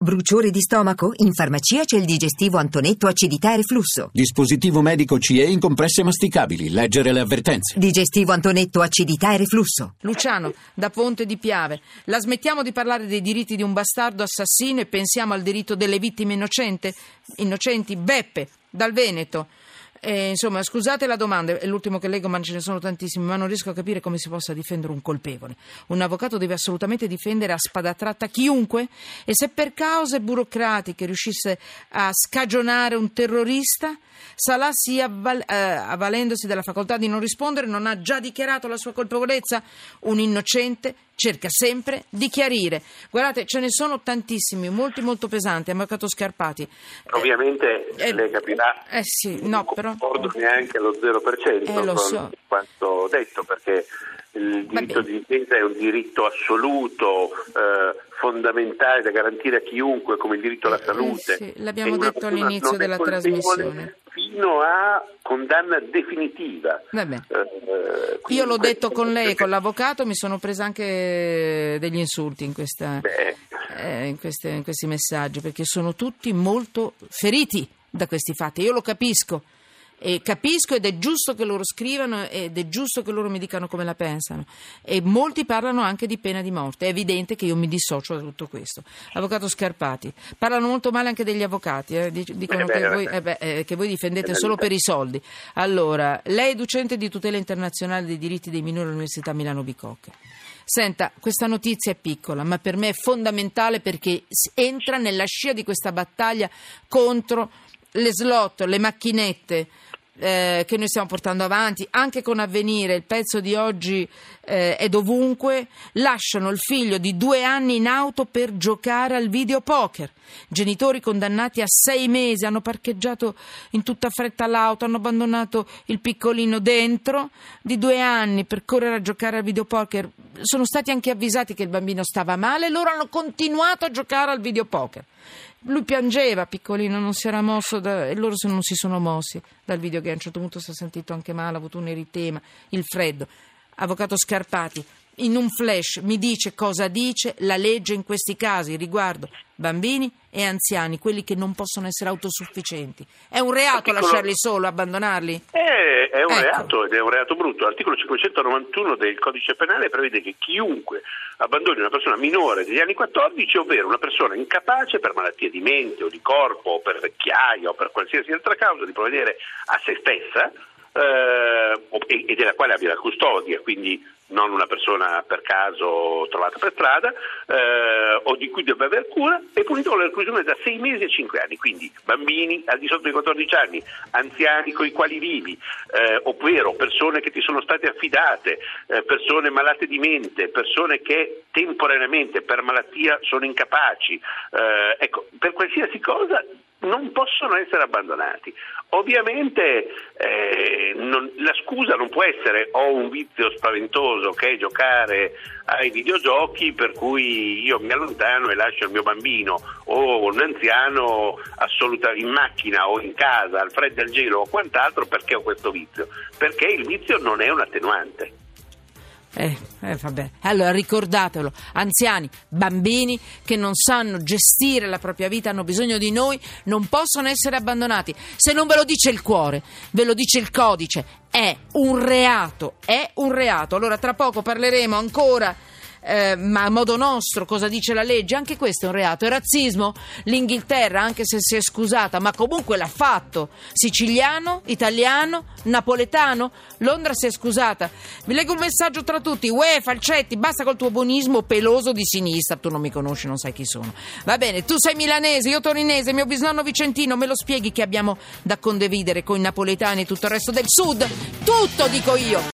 Bruciore di stomaco? In farmacia c'è il digestivo Antonetto acidità e reflusso. Dispositivo medico CE in compresse masticabili. Leggere le avvertenze. Digestivo Antonetto acidità e reflusso. Luciano, da Ponte di Piave. La smettiamo di parlare dei diritti di un bastardo assassino e pensiamo al diritto delle vittime innocenti? Beppe, dal Veneto. Insomma, scusate la domanda, è l'ultimo che leggo, ma ce ne sono tantissimi, ma non riesco a capire come si possa difendere un colpevole. Un avvocato deve assolutamente difendere a spada tratta chiunque, e se per cause burocratiche riuscisse a scagionare un terrorista, sarà sia avvalendosi della facoltà di non rispondere, non ha già dichiarato la sua colpevolezza? Un innocente cerca sempre di chiarire. Guardate, ce ne sono tantissimi, molti molto pesanti. Avvocato Scarpati. Ovviamente lei capirà, sì, no, però non concordo neanche allo 0% lo so. con quanto detto, perché il diritto di difesa è un diritto assoluto, fondamentale da garantire a chiunque, come il diritto alla salute. Sì, l'abbiamo detto all'inizio della trasmissione. Fino a condanna definitiva. Io l'ho detto con lei e con l'avvocato, mi sono presa anche degli insulti in questi messaggi, perché sono tutti molto feriti da questi fatti. Io lo capisco. E capisco, ed è giusto che loro scrivano ed è giusto che loro mi dicano come la pensano, e molti parlano anche di pena di morte. È evidente che io mi dissocio da tutto questo. Avvocato Scarpati, parlano molto male anche degli avvocati, dicono che voi difendete solo per i soldi. Allora, lei è docente di tutela internazionale dei diritti dei minori all'Università Milano Bicocca. Senta, questa notizia è piccola, ma per me è fondamentale, perché entra nella scia di questa battaglia contro le slot, le macchinette che noi stiamo portando avanti, anche con Avvenire. Il pezzo di oggi è dovunque. Lasciano il figlio di 2 anni in auto per giocare al videopoker. Genitori condannati a 6 mesi, hanno parcheggiato in tutta fretta l'auto, hanno abbandonato il piccolino dentro di 2 anni per correre a giocare al videopoker. Sono stati anche avvisati che il bambino stava male, loro hanno continuato a giocare al videopoker. Lui piangeva, piccolino, non si era mosso e loro non si sono mossi dal video, che a un certo punto si è sentito anche male, ha avuto un eritema, il freddo. Avvocato Scarpati, in un flash mi dice cosa dice la legge in questi casi riguardo bambini e anziani, quelli che non possono essere autosufficienti. È un reato lasciarli solo, abbandonarli? È un reato, ed è un reato brutto. L'articolo 591 del Codice Penale prevede che chiunque abbandoni una persona minore degli anni 14, ovvero una persona incapace per malattie di mente o di corpo o per vecchiaia o per qualsiasi altra causa di provvedere a se stessa, e della quale abbia la custodia, quindi non una persona per caso trovata per strada, o di cui debba aver cura, è punito con la reclusione da 6 mesi a 5 anni. Quindi bambini al di sotto dei 14 anni, anziani con i quali vivi, ovvero persone che ti sono state affidate, persone malate di mente, persone che temporaneamente per malattia sono incapaci, ecco, per qualsiasi cosa non possono essere abbandonati. Ovviamente la scusa non può essere ho un vizio spaventoso che è giocare ai videogiochi, per cui io mi allontano e lascio il mio bambino o un anziano in macchina o in casa al freddo e al gelo o quant'altro perché ho questo vizio, perché il vizio non è un attenuante. Vabbè. Allora ricordatelo, anziani, bambini che non sanno gestire la propria vita, hanno bisogno di noi, non possono essere abbandonati. Se non ve lo dice il cuore, ve lo dice il codice. È un reato, è un reato. Allora tra poco parleremo ancora, ma a modo nostro, cosa dice la legge. Anche questo è un reato, è razzismo. L'Inghilterra, anche se si è scusata, ma comunque l'ha fatto. Siciliano, italiano, napoletano. Londra si è scusata. Vi leggo un messaggio tra tutti. Uè, Falcetti, basta col tuo buonismo peloso di sinistra. Tu non mi conosci, non sai chi sono. Va bene, tu sei milanese, io torinese, mio bisnonno vicentino. Me lo spieghi che abbiamo da condividere con i napoletani e tutto il resto del sud? Tutto, dico io.